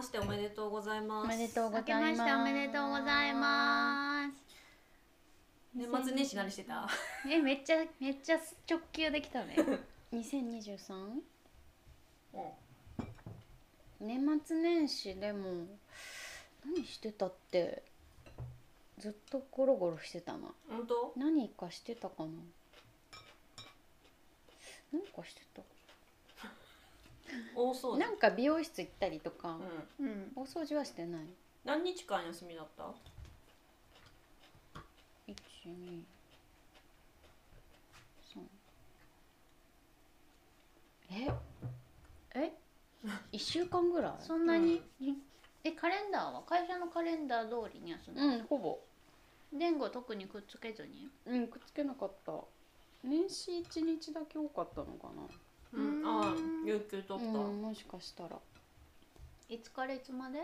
しておめでとうございます。 おめでとうございます。 明けましておめでとうございます。 年末年始何してた？ めっちゃ直球できたね。 2023？年末年始でも何してたってずっとゴロゴロしてたな。 本当？ 何かしてたかな。何かしてた。 大掃除。 なんか美容室行ったりとか、 うん。 大掃除はしてない。 何日間休みだった？ 1、2、3。1週間ぐらい。 そんなに、カレンダーは会社のカレンダー通りに休んだ？ ほぼ。 前後特にくっつけずに？ くっつけなかった。年始1日だけ多かったのかな。 ああ、有給取った。 もしかしたら。 いつからいつまで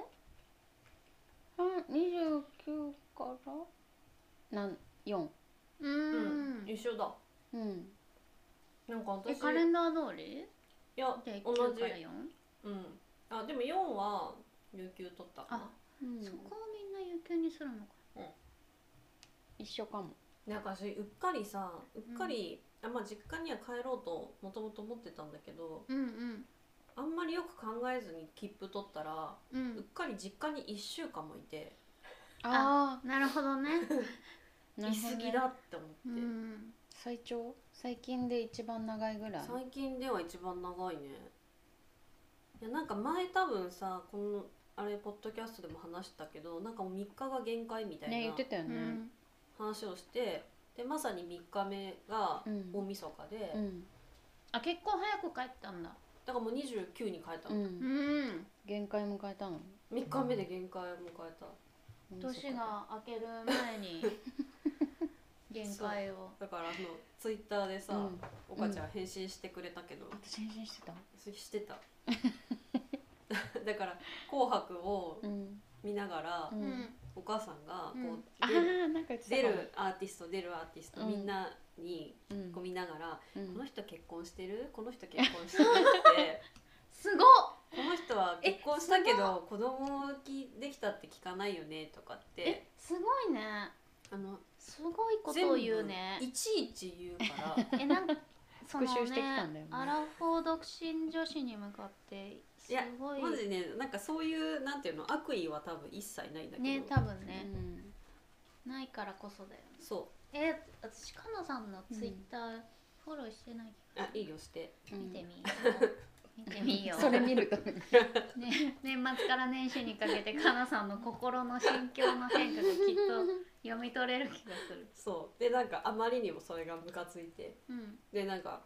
？29から4。 一緒だ。なんか私カレンダー通り？ いやで同じ。 9から 4？ あ、でも4は有給取ったかな。 そこをみんな有給にするのか。 一緒かも。 なんかうっかりさ、まあ実家には帰ろうともともと思ってたんだけど、あんまりよく考えずに切符取ったら、うっかり実家に1週間もいて、 なるほどね。 いすぎだって思って。 最近で一番長いぐらい。 最近では一番長いね。いやなんか前多分さ、このあれポッドキャストでも話したけど、なんかもう3日が限界みたいな言ってたよね。 話をして、でまさに3日目が大晦日で、 結構早く帰ったんだ。 だからもう29に帰ったの。 限界迎えたの。 3日目で限界を迎えた。 年が明ける前に限界を。 だからツイッターでさ、おかちゃん返信してくれたけど、 私返信してた？ してた。だから「紅白」を見ながら、お母さんがこう出るアーティストみんなにこう見ながら、この人結婚してる？この人結婚してる？ってすごっ！ この人は結婚したけど子供できたって聞かないよねとかって。 すごいね。すごいことを言うね。 いちいち言うからなんか復習してきたんだよね。 アラフォー独身女子に向かってすごい。 マジね、なんかそういうなんていうの、悪意は多分一切ないんだけどね、多分ね、ないからこそだよね。 そう。 私かのさんのツイッターフォローしてないけど。 いいよ、して見てみよう。見てみよう。 それ見るとね、年末から年始にかけてかなさんの心の心境の変化がきっと読み取れる気がする。 そうで、なんかあまりにもそれがムカついて、でなんか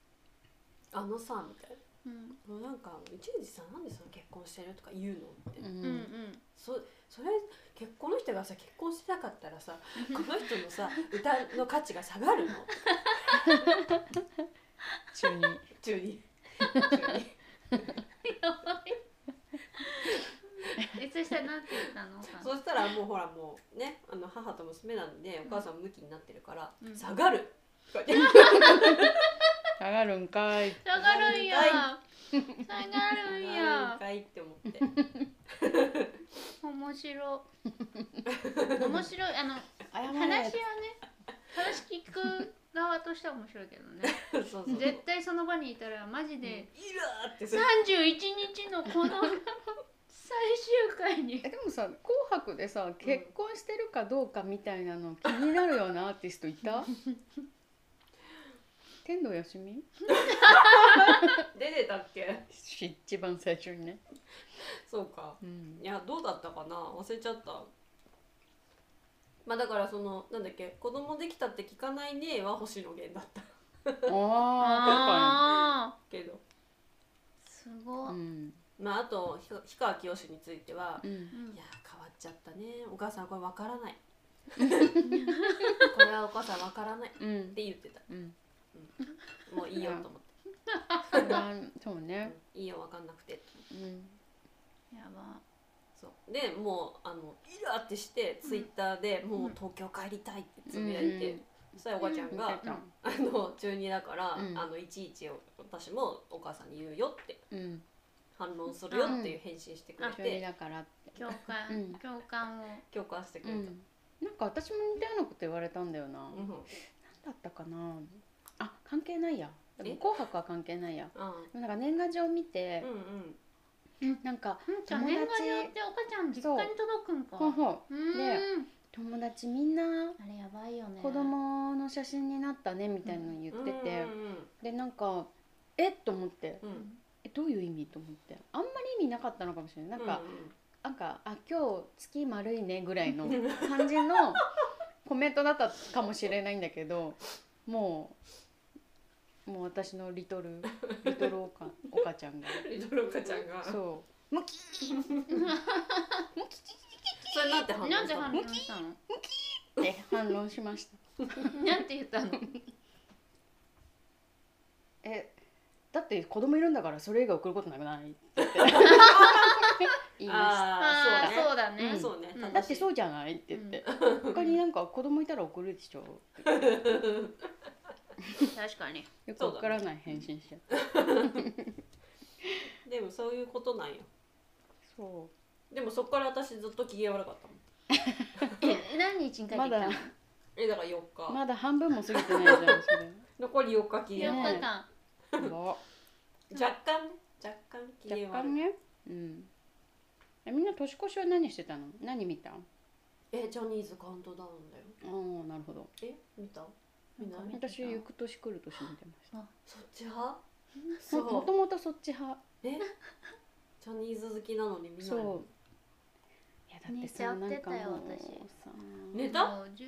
「あのさ」みたいな、なんか「一時さんなんでその結婚してるとか言うの?」って、それこの人がさ結婚してなかったらさこの人のさ歌の価値が下がるの？中にそしたらなんて言ったの？ そしたらもうほらもうね、母と娘なんでお母さん向きになってるから「下がる!」とか言って下がるんかい。 下がるんや。下がるんや。 んかいって思って。 面白い。話はね、話聞く側としては面白いけどね。 そう絶対その場にいたらマジでイラーって 31日のこの最終回に。 でもさ、紅白でさ結婚してるかどうかみたいなの気になるようなアーティストいた？天童よしみ？ 出てたっけ？ 一番最初にね。 そうか。いやどうだったかな、忘れちゃった。まあだからなんだっけ、子供できたって聞かないねは星野源だった。けど。 すごい。 まああと氷川きよしについては、いや変わっちゃったね。お母さんこれわからない。これはお母さんわからないって言ってた。もういいよと思って。 そうね。 いいよわかんなくて。 やば。 そうでもうイラってしてツイッターでもう東京帰りたいってつぶやいて、そしたらおばちゃんが中2だからいちいち私もお母さんに言うよって反論するよっていう返信してくれて、 だからって共感してくれた、 なんか私も似たようなこと言われたんだよな、なんだったかなあ、関係ないや、紅白は関係ないや、なんか年賀状見て、なんか友達年賀状ってお母ちゃん実家に届くんか。 で友達みんなあれやばいよね、 子供の写真になったねみたいなの言ってて、でなんかと思って、どういう意味と思って、あんまり意味なかったのかもしれない。なんかあ、今日月丸いねぐらいの感じのコメントだったかもしれないんだけど、もう私のリトルおかちゃんがそうムキそれなんて反論したの？ って反論しました。 なんて言ったの？ だって子供いるんだからそれ以外送ることなくないって言って言いました。 そうだね。 だってそうじゃないって言って、他になんか子供いたら送るでしょって確かによくわからない返信しちゃったでもそういうことなんよ。 そうでもそっから私ずっと機嫌悪かったもん何日に帰ってきたの？ だから4日。 まだ半分も過ぎてないじゃんそれ残り4日機嫌悪い。 4日間若干機嫌悪いね。みんな年越しは何してたの？何見た？ ジャニーズカウントダウンだよ。 ああ、なるほど。 見た？ 私行く年来る年見てました。 そっち派？ もともとそっち派。 ジャニーズ好きなのに見ないの？ そう。いやだってさ、 寝ちゃってたよ私。 寝た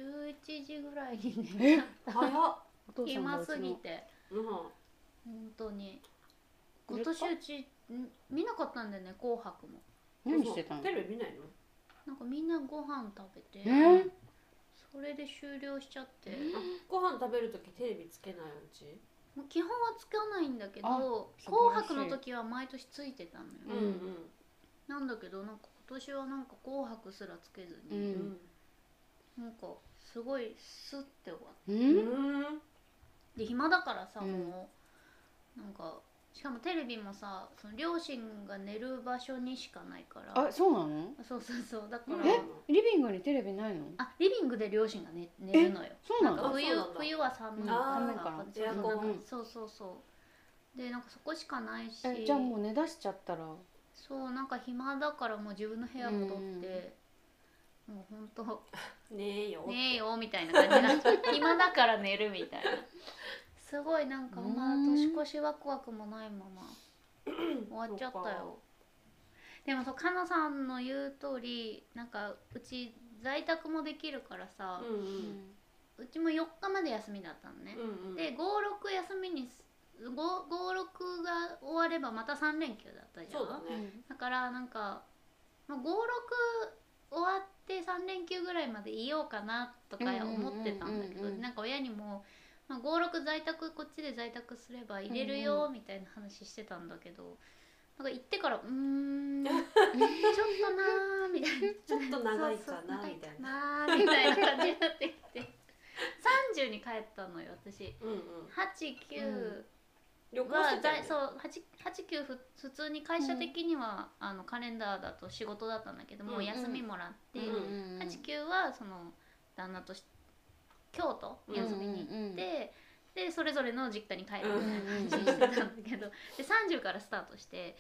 ？11時ぐらいに寝ちゃった。 早っ。 暇すぎて。本当に。今年うち見なかったんだよね、紅白も。 何してたの？ テレビ見ないの？ なんかみんなご飯食べて、それで終了しちゃって。 ご飯食べるときテレビつけないおうち？ 基本はつかないんだけど、紅白の時は毎年ついてたのよ。なんだけどなんか今年はなんか紅白すらつけずに、なんかすごいスッて終わって。で暇だからさ、もうなんかしかもテレビもさ、その両親が寝る場所にしかないから。 あ、そうなの？ そうだから。 リビングにテレビないの？ リビングで両親が寝るのよ。 そうなの？ 冬は寒いからエアコン。 そうでなんかそこしかないし。 じゃあもう寝だしちゃったら。 そうなんか暇だからもう自分の部屋戻って、もうほんとねえよみたいな感じで暇だから寝るみたいな。すごいなんか年越しワクワクもないまま終わっちゃったよ。でもかのさんの言う通り、なんかうち在宅もできるからさ、うちも4日まで休みだったのね。で5、6休みに5、6が終わればまた3連休だったじゃん。 そうだね。 だからなんか5、6終わって3連休ぐらいまでいようかなとか思ってたんだけど、なんか親にも5、6在宅こっちで在宅すれば入れるよみたいな話してたんだけど、なんか行ってからちょっとなーみたいな、 ちょっと長いかなみたいなみたいな感じになってきて30に帰ったのよ私。8、9は8、9普通に会社的にはカレンダーだと仕事だったんだけども、休みもらって、8、9はその旦那と京都休みに行って、でそれぞれの実家に帰るみたいな感じにしてたんだけど、で30からスタートして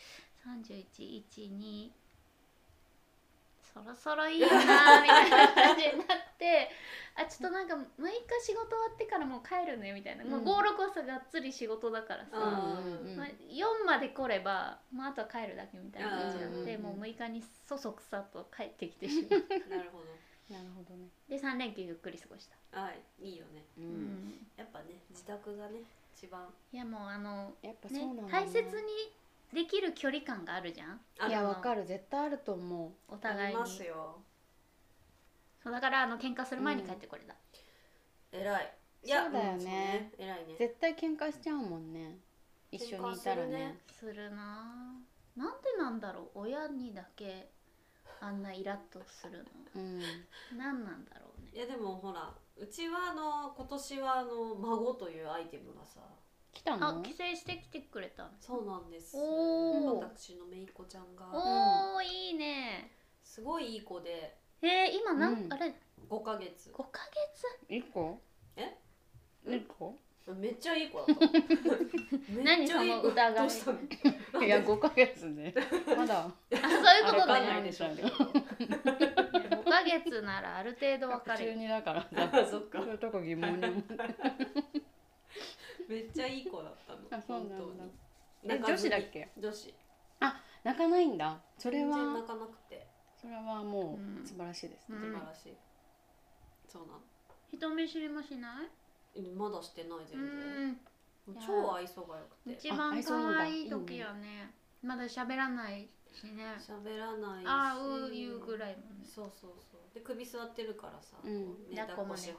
31、1、2そろそろいいよなみたいな感じになってちょっとなんか6日仕事終わってからもう帰るねみたいな、もう5、6はさがっつり仕事だからさ、4まで来れば、あとは帰るだけみたいな感じになって、もう6日にそそくさと帰ってきてしまう。 なるほどね。 で3連休ゆっくり過ごした。 いいよね。やっぱね自宅がね一番。 いやもうやっぱそうなんだね、 大切にできる距離感があるじゃん。 いやわかる、絶対あると思う。 お互いに。 ありますよ。 そうだから喧嘩する前に帰ってこれた。 偉い。 そうだよね。 偉いね。 絶対喧嘩しちゃうもんね。一緒にいたらね。 するな。なんでなんだろう、親にだけあんなイラッとするの。なんなんだろうね。 いやでもほらうちは今年は孫というアイテムがさ来たの？ 帰省してきてくれた。 そうなんです。私のめいっ子ちゃんが。 おー、いいね。 すごいいい子で。 今あれ 5ヶ月。 5ヶ月？ 1個？1個？ めっちゃいい子だった。 何その疑い。 いや5ヶ月でまだそういうことね。 ないでしょ。5 ヶ月ならある程度わかる。 中2だからさ。そっか。 そういうとこ疑問に思って。 めっちゃいい子だったの。 そうなんだ。女子だっけ？ 女子。 泣かないんだ。それは全然泣かなくて。 それはもう素晴らしいですね。 素晴らしい。そうなの。 人見知りもしない？ まだしてない全然。超愛想が良くて。 一番可愛い時よね。まだ喋らないしね。 喋らないし。 いうぐらいもね。 そう。で首座ってるからさ。 抱っこもできる。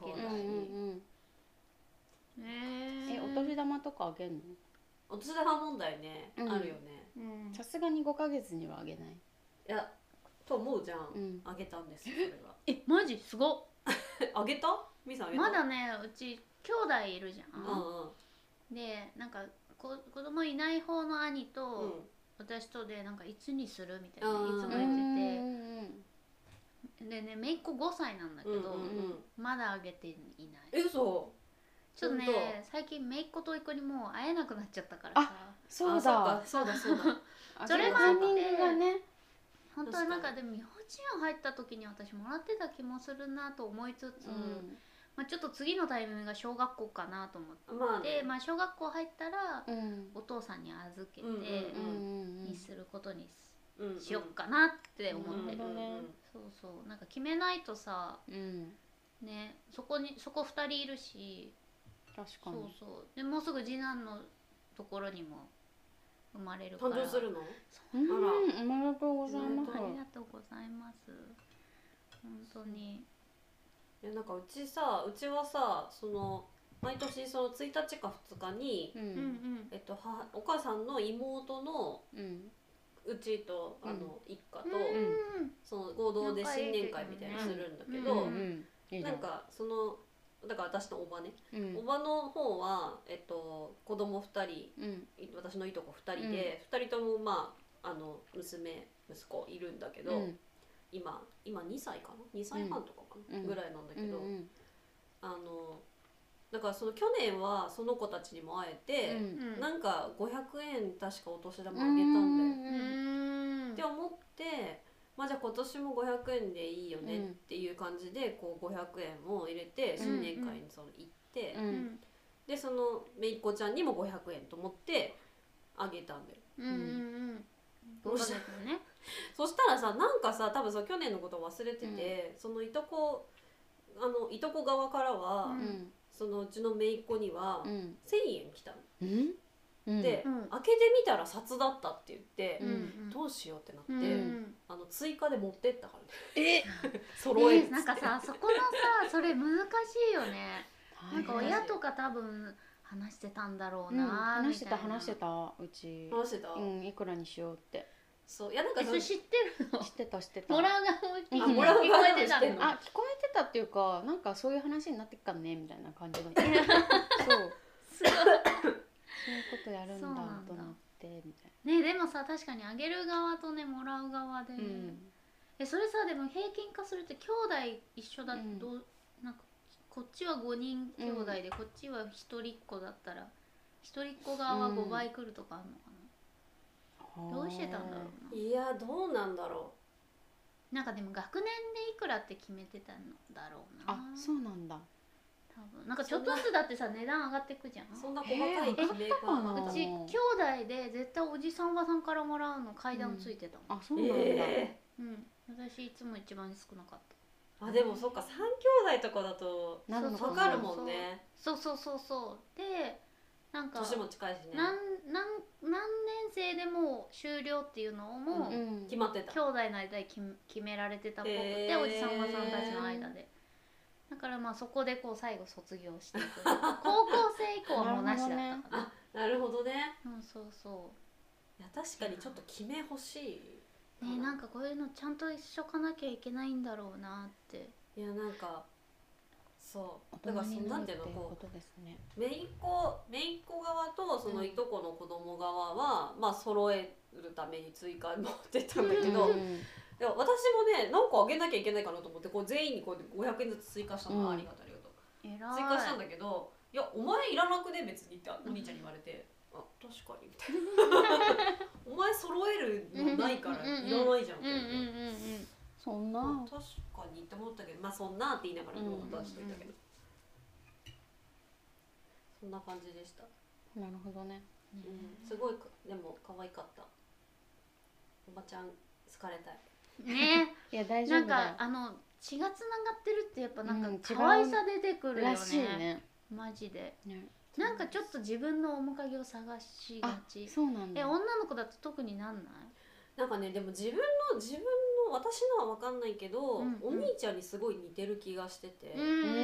お年玉とかあげんの？ お年玉問題ね、あるよね。 さすがに5ヶ月にはあげない。 いやと思うじゃん。あげたんですよそれが。 マジすごっ。 あげた？みさんあげた？ まだね、うち兄弟いるじゃん。でなんか子供いない方の兄と私とでなんかいつにするみたいないつも言ってて。でね、めいっ子5歳なんだけどまだあげていない。 嘘？ ちょっとね、最近めいっ子といっ子にもう会えなくなっちゃったからさ。 そうだ。 それもあって本当はなんかでも幼稚園入った時に私もらってた気もするなと思いつつ、ちょっと次のタイミングが小学校かなと思って、小学校入ったらお父さんに預けてにすることにしよっかなって思ってる。そうなんか決めないとさ、ね、そこ2人いるし。 確かに。 でもうすぐ次男のところにも生まれるから。 誕生するの？ おめでとうございます。 ありがとうございます。本当に。 なんかうちはさ、その毎年その1日か2日に、お母さんの妹のうちと一家とその合同で新年会みたいにするんだけど、なんかそのだから私のおばね、おばの方は子供2人、私のいとこ2人で、2人とも娘息子いるんだけど、今2歳かな、2歳半とかかな、ぐらいなんだけど、だからその去年はその子たちにも会えて、なんか500円確かお年玉あげたんだよって思って、じゃあ今年も500円でいいよねっていう感じでこう500円を入れて新年会に行って、でそのめいっ子ちゃんにも500円と思ってあげたんだよ。そしたらさ、なんかさ、多分去年のことを忘れてて、そのいとこ側からは、そのうちのめいっ子には1,000円来たの。で、開けてみたら札だったって言って、どうしようってなって、追加で持ってったからね。揃えるっつって。 なんかさ、そこのさ、それ難しいよね。なんか親とか多分話してたんだろうな。 話してたうち。 話してた。 いくらにしようって。 そう、いやなんかそれ知ってるの？ 知ってた。 もらう側ももらう側も聞こえてたの？ 聞こえてたっていうか、なんかそういう話になってっかんねみたいな感じの。そう。そういうことやるんだと思ってみたいな。ね、でもさ、確かにあげる側とねもらう側で、それさ、でも平均化するって兄弟一緒だとなんかこっちは5人兄弟でこっちは一人っ子だったら一人っ子側は5倍くるとかあるのかな。どうしてたんだろうな。 いや、どうなんだろう。なんかでも学年でいくらって決めてたんだろうな。 あ、そうなんだ。 多分なんかちょっとずつだってさ、値段上がっていくじゃん。 そんな細かい決め方うち兄弟で絶対おじさんおばさんからもらうの階段ついてたもん。 あ、そうなんだ。 私いつも一番少なかった。 でもそっか、3兄弟とかだと分かるもんね。 そうで、なんか年も近いしね。 何年生でも終了っていうのも決まってた。 兄弟の間で決められてたっぽくて、おじさんおばさんたちの間で。だからそこでこう最後卒業していく。高校生以降はもうなしだったかな。 なるほどね。 そう。 いや、確かにちょっと決め欲しい。 ね、なんかこういうのちゃんと一緒かなきゃいけないんだろうなって。 いや、なんかすそうだからそんなんていうのこう姪っ子側とそのいとこの子供側は、まあ揃えるために追加持ってったんだけど、でも私もね何個あげなきゃいけないかなと思ってこう全員にこう500円ずつ追加したの、ありがとうありがとう追加したんだけど、いやお前いらなくね別にってお兄ちゃんに言われて、あ確かにみたいなお前揃えるのないからいらないじゃんって言って、 そんな、 まあ、確かにって思ったけど、まあそんなって言いながらノート出していたけど、そんな感じでした。 なるほどね、 すごいでも可愛かった。おばちゃん好かれたいね。 いや大丈夫だよ。 なんか血がつながってるってやっぱなんか可愛さ出てくるよね。 らしいね。 マジで。なんかちょっと自分の面影を探しがち。 そうなんだ。 女の子だと特になんない？ なんかねでも自分の私のは分かんないけど、お兄ちゃんにすごい似てる気がしてて。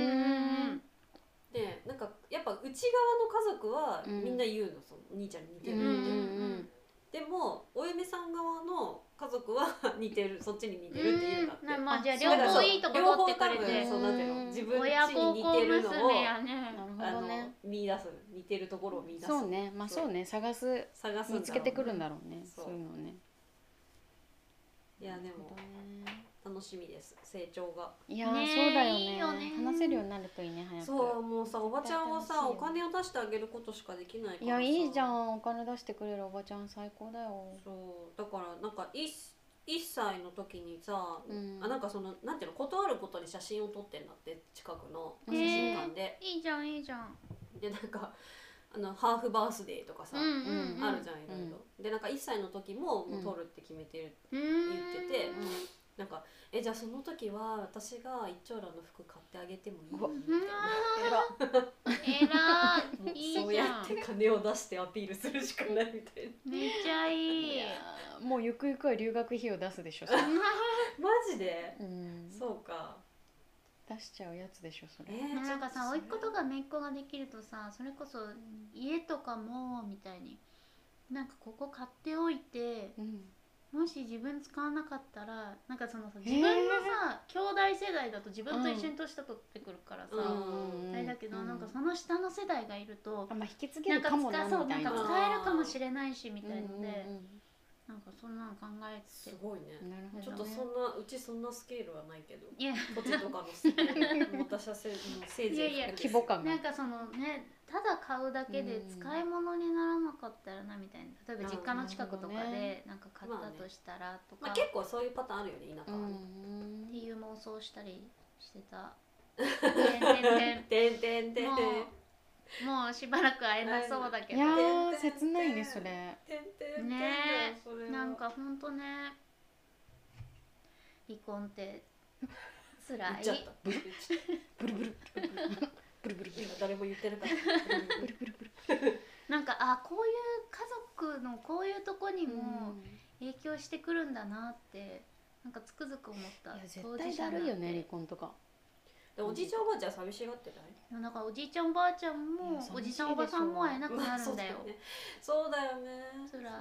でなんかやっぱ内側の家族はみんな言うの、そのお兄ちゃんに似てるってでもお嫁さん側の家族は似てる、そっちに似てるって言うんだって。 まあじゃあ両方いいとこ取ってくれて、 そうなんていうの、自分ちに似てるのを見出す、似てるところを見出す。 そうね、まあそうね、探す見つけてくるんだろうね、そういうのね。 いやでも楽しみです、成長が。 いやそうだよね、話せるようになるといいね、早く。 そうもうさ、おばちゃんはさお金を出してあげることしかできないからさ。 いやいいじゃん、お金出してくれるおばちゃん最高だよ。 そうだからなんか1歳の時にさ、なんかそのなんていうの、断ることに写真を撮ってんだって、近くの写真館で。 いいじゃんいいじゃん。 でなんかハーフバースデーとかさ、あるじゃんいろいろ。でなんか1歳の時ももう撮るって決めてるって言ってて、なんかじゃあその時は私が一長蘭の服買ってあげてもいいみたいな。 えらいいいじゃん。 そうやって金を出してアピールするしかないみたいな。 めっちゃいい。 もうゆくゆくは留学費を出すでしょ。 マジで？そうか。 出しちゃうやつでしょそれ。 なんかさ、甥っ子とか姪っ子ができるとさ、それこそ家とかもみたいになんかここ買っておいて、もし自分使わなかったらなんかそのさ、自分のさ兄弟世代だと自分と一緒に年取ってくるからさ、あれだけどなんかその下の世代がいると引き継げるかもなみたいな、 なんか使えるかもしれないしみたいので。なんかそんなの考えてすごいね。 ちょっとそんなうちそんなスケールはないけど、土地とかのスケール私はせいぜい規模感がなんかそのね、ただ買うだけで使い物にならなかったらなみたいな、例えば実家の近くとかでなんか買ったとしたらとか、 結構そういうパターンあるよね、田舎はね。 っていう妄想したりしてた。もうしばらく会えなそうだけど。 いやー切ないねそれ。 ねえ、なんかほんとね、離婚って辛い。 ブルブルブルブルブル、誰も言ってなかった。ブルブルブル。 なんかこういう家族のこういうとこにも影響してくるんだなってなんかつくづく思った。 絶対だるいよね離婚とか。 おじいちゃんおばあちゃん寂しがってない？ なんかおじいちゃんおばあちゃんもおじさんおばさんも会えなくなるんだよ。 そうだよね。 辛い。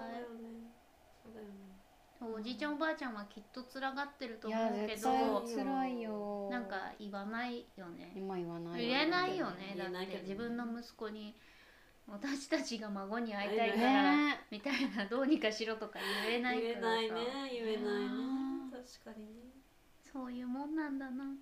おじいちゃんおばあちゃんはきっと辛がってると思うけど、 辛いよ。 なんか言わないよね。 今言わない。 言えないよね。だって自分の息子に私たちが孫に会いたいからみたいな、どうにかしろとか言えないからさ。 言えないね。確かにね。 そういうもんなんだなって。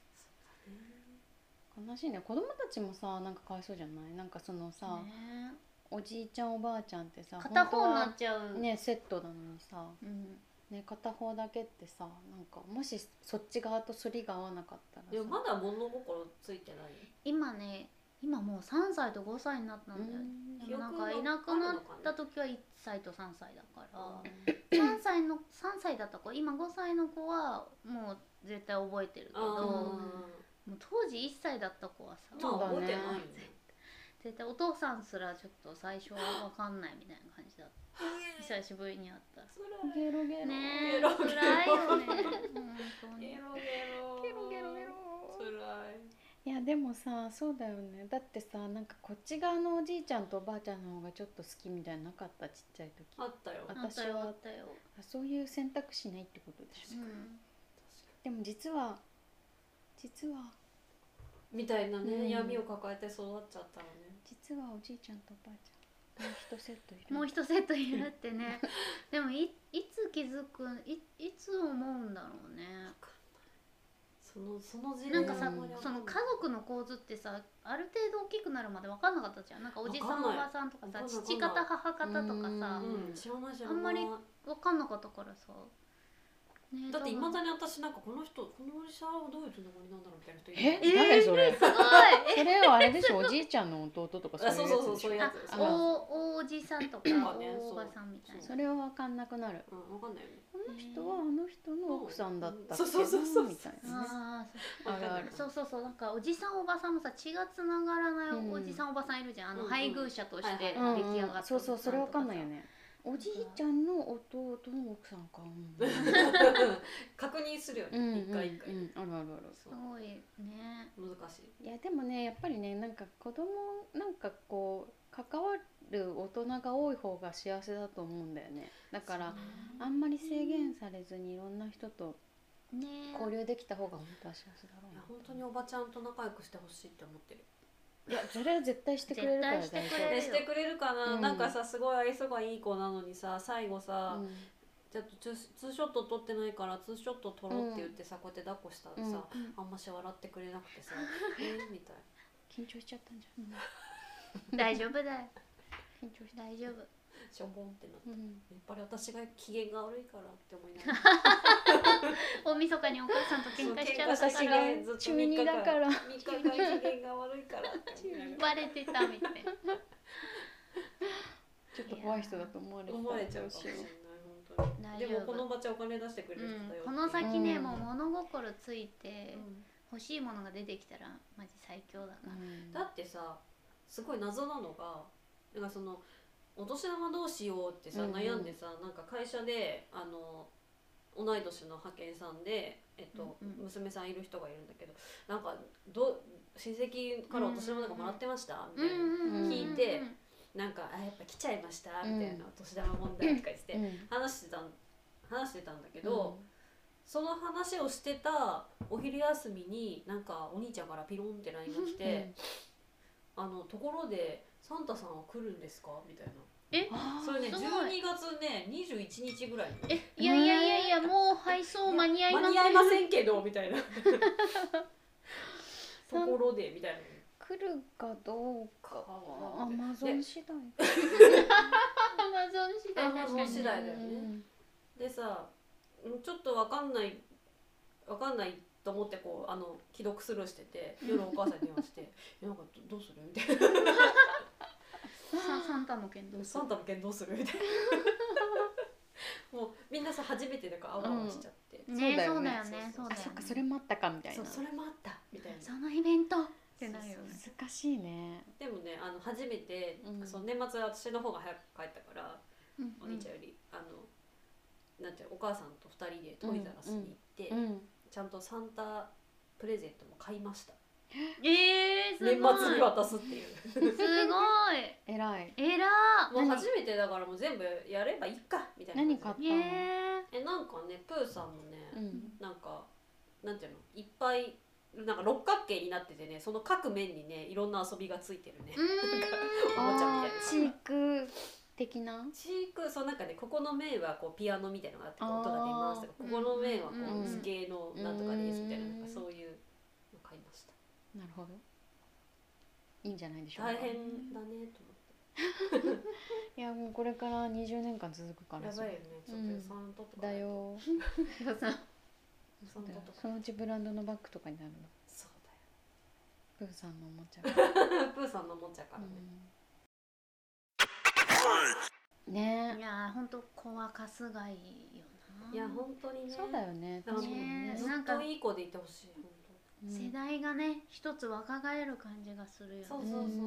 悲しいね。子供たちもさ、なんかかわいそうじゃない？なんかそのさ、おじいちゃんおばあちゃんってさ、 片方になっちゃうね、セットなのにさ、ね、片方だけってさ、なんかもしそっち側と反りが合わなかったらさ。 でもまだ物心ついてない？ 今もう3歳と5歳になったんだよ。でもなんかいなくなった時は1歳と3歳だから3歳だった子、今5歳の子はもう絶対覚えてるけど、もう当時1歳だった子はさ、 覚えてないよね。 絶対お父さんすらちょっと最初は分かんないみたいな感じだった。久しぶりに会ったらゲロゲロねえ、辛いよね。 ゲロゲロ辛い。 いやでもさ、そうだよね。だってさ、なんかこっち側のおじいちゃんとおばあちゃんの方がちょっと好きみたいななかった？ちっちゃい時あったよ。 私はそういう選択肢ないってことでしょ。でも実はみたいなね、闇を抱えて育っちゃったらね。 実はおじいちゃんとおばあちゃんもう一セットいる。 もう一セットいるってね。でもいつ気づくいつ思うんだろうね。 その時なんかさ、その家族の構図ってさ、ある程度大きくなるまで分かんなかったじゃん。なんかおじさんおばさんとかさ、父方母方とかさ、あんまり分かんなかったからさ。 ね、だっていまだに私なんかこのおじさんはどういうつながりなんだろうみたいな人いる。誰それ？ すごい。 それはあれでしょ、おじいちゃんの弟とかそういうやつでしょ。そういうやつ。 おじさんとかおばさんみたいな。 それは分かんなくなる。 分かんないよね。 この人はあの人の奥さんだったっけなみたいな。 そうなんかおじさんおばさんもさ、血がつながらないおじさんおばさんいるじゃん。配偶者として出来上がった。 そうそれ分かんないよね。おじいちゃんの弟の奥さんか。 確認するよね。一回一回。 ある。 すごいね。 難しい。 いやでもね、やっぱりね、なんか子供なんかこう関わる大人が多い方が幸せだと思うんだよね。だからあんまり制限されずにいろんな人と交流できた方が本当は幸せだろうな。 本当におばちゃんと仲良くしてほしいって思ってる。 いや、それは絶対してくれるから大丈夫。 してくれるかな。なんかさ、すごい愛想がいい子なのにさ、最後さ、ちょっとツーショット撮ってないからツーショット撮ろうって言ってさ、こうやって抱っこしたらさ、あんまし笑ってくれなくてさ、みたいな。 緊張しちゃったんじゃん。大丈夫だよ。 緊張して大丈夫。 しょぼんってなった、やっぱり私が機嫌が悪いからって思いながら大晦日にお母さんと喧嘩しちゃったから、 中2だから 3日間機嫌が悪いからってバレてたみたいな。 ちょっと怖い人だと思われちゃうかもしれない。本当に。でもこの場ちゃお金出してくれる人だよ。 この先ね、もう物心ついて欲しいものが出てきたらマジ最強だから。 だってさ、すごい謎なのが、なんかそのお年玉どうしようってさ、悩んでさ、なんか会社で同い年の派遣さんで、娘さんいる人がいるんだけど、なんか親戚からお年玉なんかもらってましたみたいな聞いて、なんかやっぱ来ちゃいましたみたいな、お年玉問題とか言って話してたんだけど、その話をしてたお昼休みになんかお兄ちゃんからピロンって LINE が来てところでサンタさんは来るんですかみたいな。それね、12月ね21日ぐらいに。 いやもう配送間に合いませんけどみたいなところでみたいな。 来るかどうかはアマゾン次第。 アマゾン次第だよね。でさ、ちょっと分かんないと思ってこう既読スルーしてて、夜お母さんに電話して「なんかどうする?」みたいな。 サンタの件どうするみたいな。もうみんなさ、初めてだからあわあわしちゃって。 そうだよね。 そっか、それもあったかみたいな。 それもあったみたいな。 そのイベントってなるよね。 難しいね。 でもね、初めてその年末は私の方が早く帰ったから、お兄ちゃんよりなんていうお母さんと2人でトイザらスに行って、ちゃんとサンタプレゼントも買いました。 すごい。 年末に渡すっていう。 すごい。 偉い。 もう初めてだからもう全部やればいいかみたいな。 何買ったの？ なんかね、プーさんのね、なんかなんていうの、いっぱいなんか六角形になっててね、その各面にねいろんな遊びがついてるね。おもちゃみたいな。 チーク的な？ そうなんかね、ここの面はこうピアノみたいなのがあって音が出ますとか、ここの面はこう図形のなんとかですみたいな、なんかそういうの買いました。 なるほど。いいんじゃないでしょうか。 大変だねと思って。 いやもうこれから20年間続くからやばいよね。ちょっと予算とかだよ。そのうちブランドのバッグとかになるの。 そうだよ。 プーさんのおもちゃ。 プーさんのおもちゃからね。 ね。 いや本当子はかすがいいよな。 いや本当にね。 そうだよね。 ずっといい子でいてほしい。 世代がね一つ若返る感じがするよね。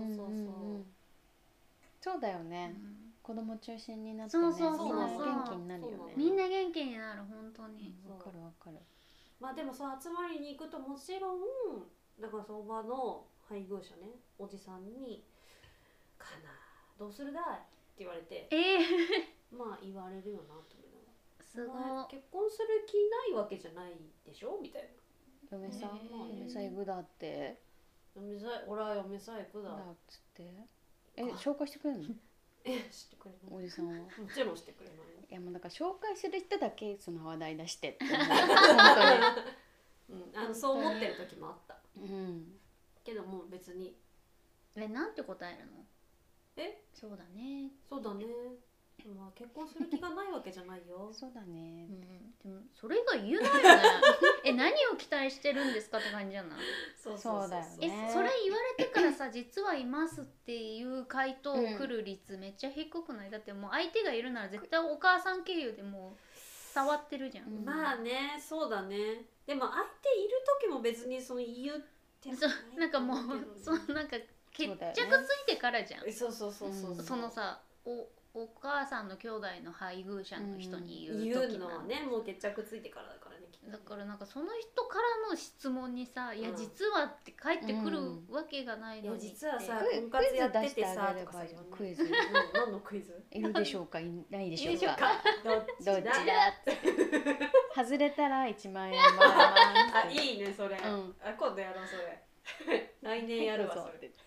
そうだよね。子供中心になってね、みんな元気になるよね。 みんな元気になる、本当に。 わかるわかる。 まあでもその集まりに行くともちろんだからそばの配偶者ね、おじさんに「かなどうするだい?」って言われて、まあ言われるよなと思いながら、すごい結婚する気ないわけじゃないでしょみたいな。 嫁さん行くだって俺は嫁さえ行くだっつって紹介してくれるの？ 知ってくれるの？ おじさんはもちろんしてくれるの。 いやもうだから紹介する人だけその話題出してって思う本当にそう思ってる時もあった、 うんけどもう別になんて答えるの？そうだね。 そうだね。まあ結婚する気がないわけじゃないよ。 そうだね。 でもそれが言えないよね。何を期待してるんですかって感じじゃない？ そうだよね。 それ言われてからさ、実はいますっていう回答来る率めっちゃ低くない？だってもう相手がいるなら絶対お母さん経由でもう伝わってるじゃん。 まあね、そうだね。でも相手いる時も別にその言ってなんかもうなんか決着ついてからじゃん。 そうそのさお母さんの兄弟の配偶者の人に言うのはね、もう決着ついてからだからね。 だからなんかその人からの質問にさ、いや実はって返ってくるわけがないのに、 実はさ婚活やっててさとかさ、 クイズ何のクイズ？ いるでしょうか、いないでしょうか、 どっちだって外れたら1万円もらいます。 いいねそれ。今度やろうそれ。来年やるわそれで。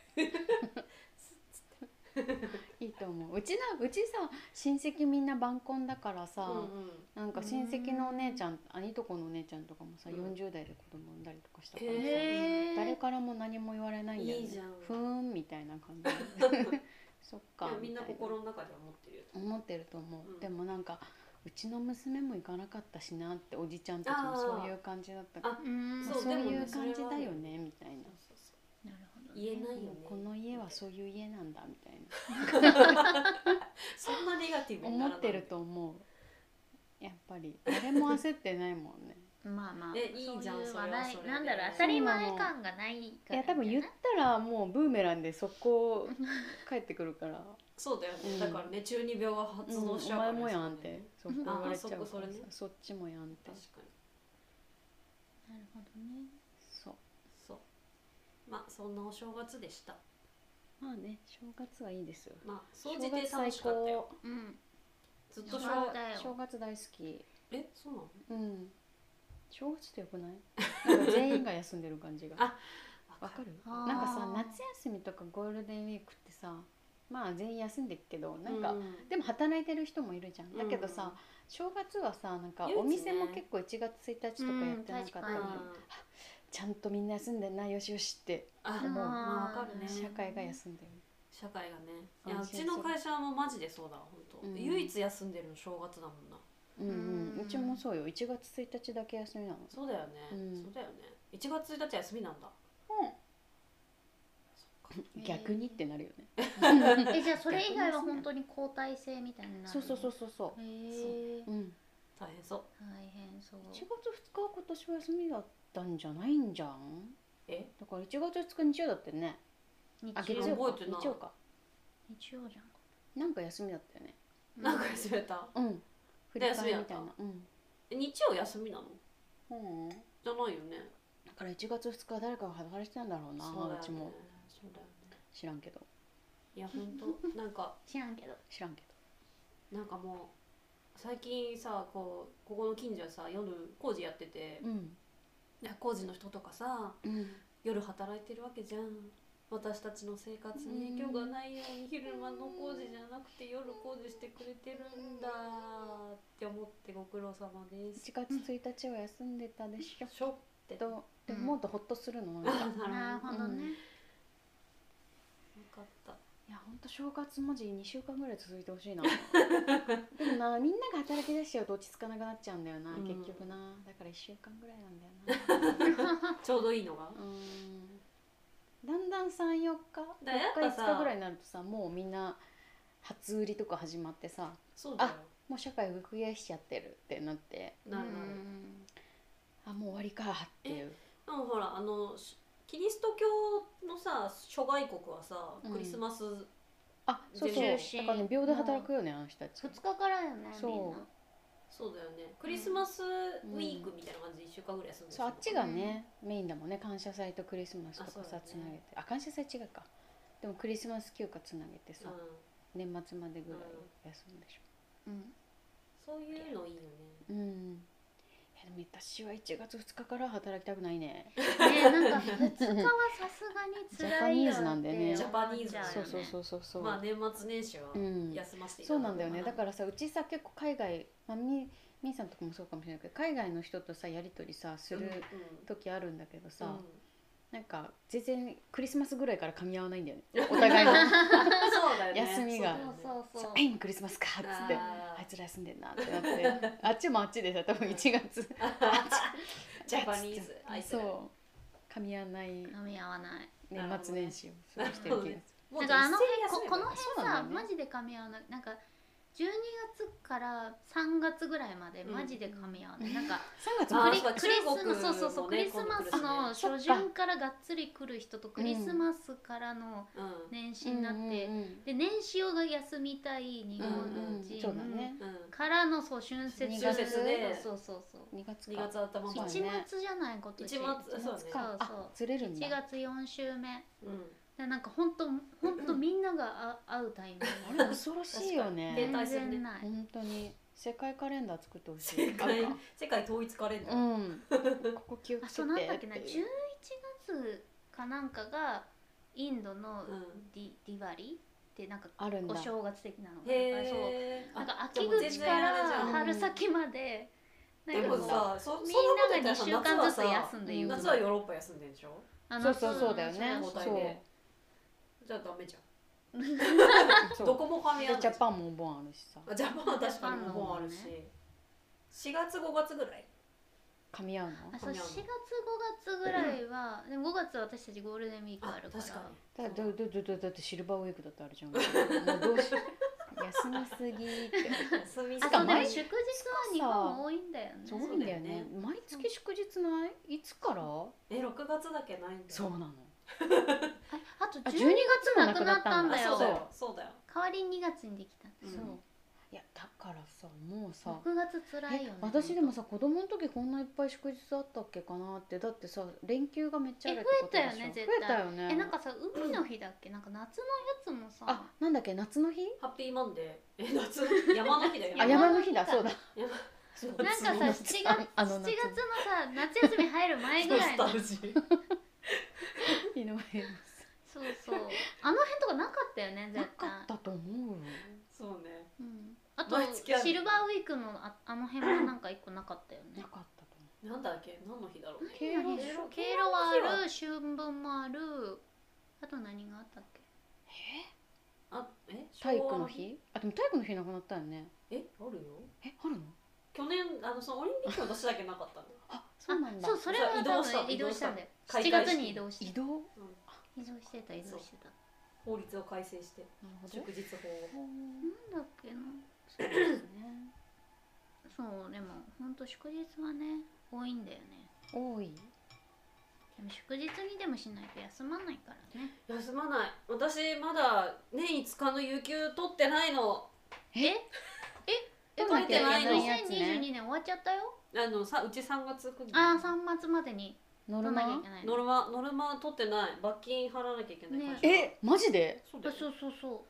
いいと思う。うちさ親戚みんな晩婚だからさ、なんか親戚のお姉ちゃん、いとこのお姉ちゃんとかもさ、40代で子供産んだりとかしたからさ、誰からも何も言われないんだよね。ふーんみたいな感じでそっかみんな心の中で思ってるよ。 思ってると思う。でもなんかうちの娘も行かなかったしなって、おじちゃんたちもそういう感じだったから、そういう感じだよねみたいな。 なるほど。 言えないよね。 この家はそういう家なんだみたいなそんなネガティブに思ってると思う。やっぱり誰も焦ってないもんね。 まあまあいいじゃんそれはそれで。 なんだろう、当たり前感がないから。 いや多分言ったらもうブーメランで速攻帰ってくるから。 そうだよね。だからね、中二病が発動しちゃうから。 お前もやんってそっ言われちゃうから、そっちもやんって。 確かに。なるほどね。 そうまあそんなお正月でした。 まあね、正月はいいですよ。 まあ総じて楽しかったよ。ずっと正月大好き。 そうなの？ 正月ってよくない？なんか全員が休んでる感じが。わかる？なんかさ、夏休みとかゴールデンウィークってさ、まあ全員休んでるけど、なんかでも働いてる人もいるじゃん。だけどさ、正月はさ、なんかお店も結構1月1日とかやってなかったり、ちゃんとみんな休んでんな、よしよしって思う。 まあわかるね。 社会が休んでる。 社会がね。いやうちの会社もマジでそうだ本当。唯一休んでるの正月だもんな。 うちもそうよ。1月1日だけ休みなの。 そうだよね。そうだよね。1月1日休みなんだ。 逆にってなるよね。 じゃあそれ以外は本当に交代制みたいになるの？ そう。 大変そう。 大変そう。 1月2日は今年は休みだったんじゃないんじゃん？だから1月2日日曜だってね。月曜か。日曜か。 日曜じゃん。 なんか休みだったよね。 なんか休みだった？ 振り替えみたいな。 日曜休みなの？じゃないよね。 だから1月2日は誰かが働いてたんだろうな。うちも。 そうだよね。 知らんけど。 いや本当なんか知らんけど。 なんかもう最近さここの近所はさ夜工事やってて、工事の人とかさ、夜働いてるわけじゃん。私たちの生活に影響がないように昼間の工事じゃなくて夜工事してくれてるんだって思ってご苦労様です。 1月1日は休んでたでしょ。 ショッてとでももっとホッとするのなんか。 なるほどね。 よかった。 いやほんと正月マジ2週間ぐらい続いてほしいな。でもな、みんなが働き出しちゃうと落ち着かなくなっちゃうんだよな、結局な。だから1週間ぐらいなんだよな。 ちょうどいいのが。 だんだん3、4日4日5日ぐらいになるとさ、もうみんな初売りとか始まってさ、もう社会増やしちゃってるってなって、もう終わりかっていう。 でもほらキリスト教のさ諸外国はさクリスマスそうだからね秒で働くよね、あの人たち。 2日からよね、みんな。 そうだよね。クリスマスウィークみたいな感じで1週間ぐらい休んでる。 そう、あっちがねメインだもんね。感謝祭とクリスマスとかさつなげて、感謝祭違うか。でもクリスマス休暇つなげてさ、年末までぐらい休むでしょ。 そういうのいいよね。 でも私は1月2日から働きたくないね。 なんか2日はさすがに辛いよって。ジャパニーズなんだよね。 ジャパニーズ。 そう。 まあ年末年始は休ませていただく。そうなんだよね。だからさ、うちさ結構海外、みーさんとかもそうかもしれないけど、海外の人とさやり取りさする時あるんだけどさ、なんか全然クリスマスぐらいから噛み合わないんだよね。お互いの休みが。クリスマスかっつってあいつら休んでんなってなってあっちもあっちでさ多分1月ジャパニーズそう噛み合わない年末年始を過ごしてる気がする。 なんかこの辺さマジで噛み合わない。なんか12月から3月ぐらいまでマジで噛み合わない。なんか 3月クリスマスの初旬からがっつり来る人とクリスマスからの年始になってで年始をが休みたい日本人からの春節でそう 2月頭 1月じゃない今年 1月そうずれるんだ。 1月4週目なんか本当みんなが会うタイミング。 あれ恐ろしいよね。 全然ない。 本当に世界カレンダー作ってほしい。 世界統一カレンダー。 ここ気をつけて。 そうなんだっけな、11月かなんかがインドのディワリってなんかお正月的なのがなんか秋口から春先まで。 でもさ、 みんなが2週間ずつ休んでいる。 夏はヨーロッパ休んでるでしょ。 そうだよね。 じゃあダメじゃん。どこも噛み合わない。 ジャパンもお盆あるしさ。 ジャパンは確かにお盆あるし。4月5月ぐらい噛み合うの？ そう4月5月ぐらいはでも5月は私たちゴールデンウィークあるから。 確かに。だってシルバーウィークだってあるじゃん。もうどうし休みすぎって。 そうでも祝日は日本多いんだよね。 そうなんだよね。毎月祝日ない？いつから？ 6月だけないんだよ。 そうなの。 あと12月もなくなったんだよ。 そうだよ。 代わりに2月にできた。 そう。いやだからさもうさ 6月つらいよね。 私でもさ子供の時こんないっぱい祝日あったっけかなってだってさ連休がめっちゃあるってことでしょ。 増えたよね。なんかさ海の日だっけなんか夏のやつもさ。 なんだっけ夏の日？ ハッピーマンデー。夏山の日だよ。 山の日だそうだ。 なんかさ7月のさ夏休み入る前ぐらいの。そうあの辺とかなかったよね絶対。 なかったと思う。 そうね。 あとシルバーウィークのあの辺もなんか一個なかったよね。 なかったと思う。なんだっけ何の日だろう。 敬老はある春分もある。あと何があったっけ？ 体育の日？でも体育の日なくなったよね。 あるよ。 あるの？ 去年そのオリンピックの年だけなかったの。 そうなんだ。そうそれは多分移動したんだよ。7月に移動して。移動してた。 法律を改正して祝日法を。 なんだっけな。そうですね。そうでも本当祝日はね多いんだよね。 多い。 でも祝日にでもしないと休まないからね。 休まない。私まだ年5日の有給取ってないの。 取ってないの。2022年終わっちゃったよ。 うち3月9日。 3月までにノルマノルマ取ってない。罰金払わなきゃいけない。 マジで？ そう。 どういうこと？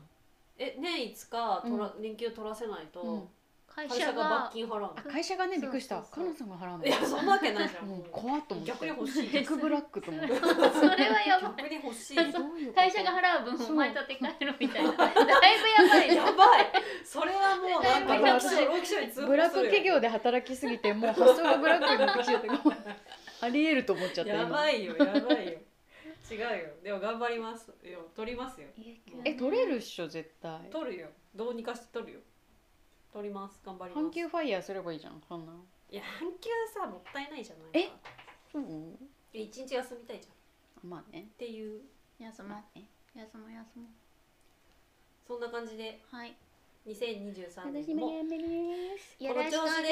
年5日連休取らせないと会社が罰金払うの。 会社がねびっくりした。カナさんが払うの。 いやそんなわけないじゃん。 怖っと思って。 逆に欲しい。 逆ブラックと思って。それはやばい。 逆に欲しい。 会社が払う分を前立て帰るみたいな。だいぶやばい。 やばい。それはもうなんかブラック企業で働きすぎてもう発想がブラックになってきちゃってありえると思っちゃった。 やばいよ。違うよ。でも頑張りますよ。取りますよ。 取れるっしょ絶対。 取るよ。どうにかして取るよ。取ります。頑張ります。 半球ファイヤーすればいいじゃん。そんな。 いや半球さもったいないじゃないか。 そう？ 一日休みたいじゃん。まあね。 っていう休もう。 そんな感じで。 はい。 2023 年もこの調子で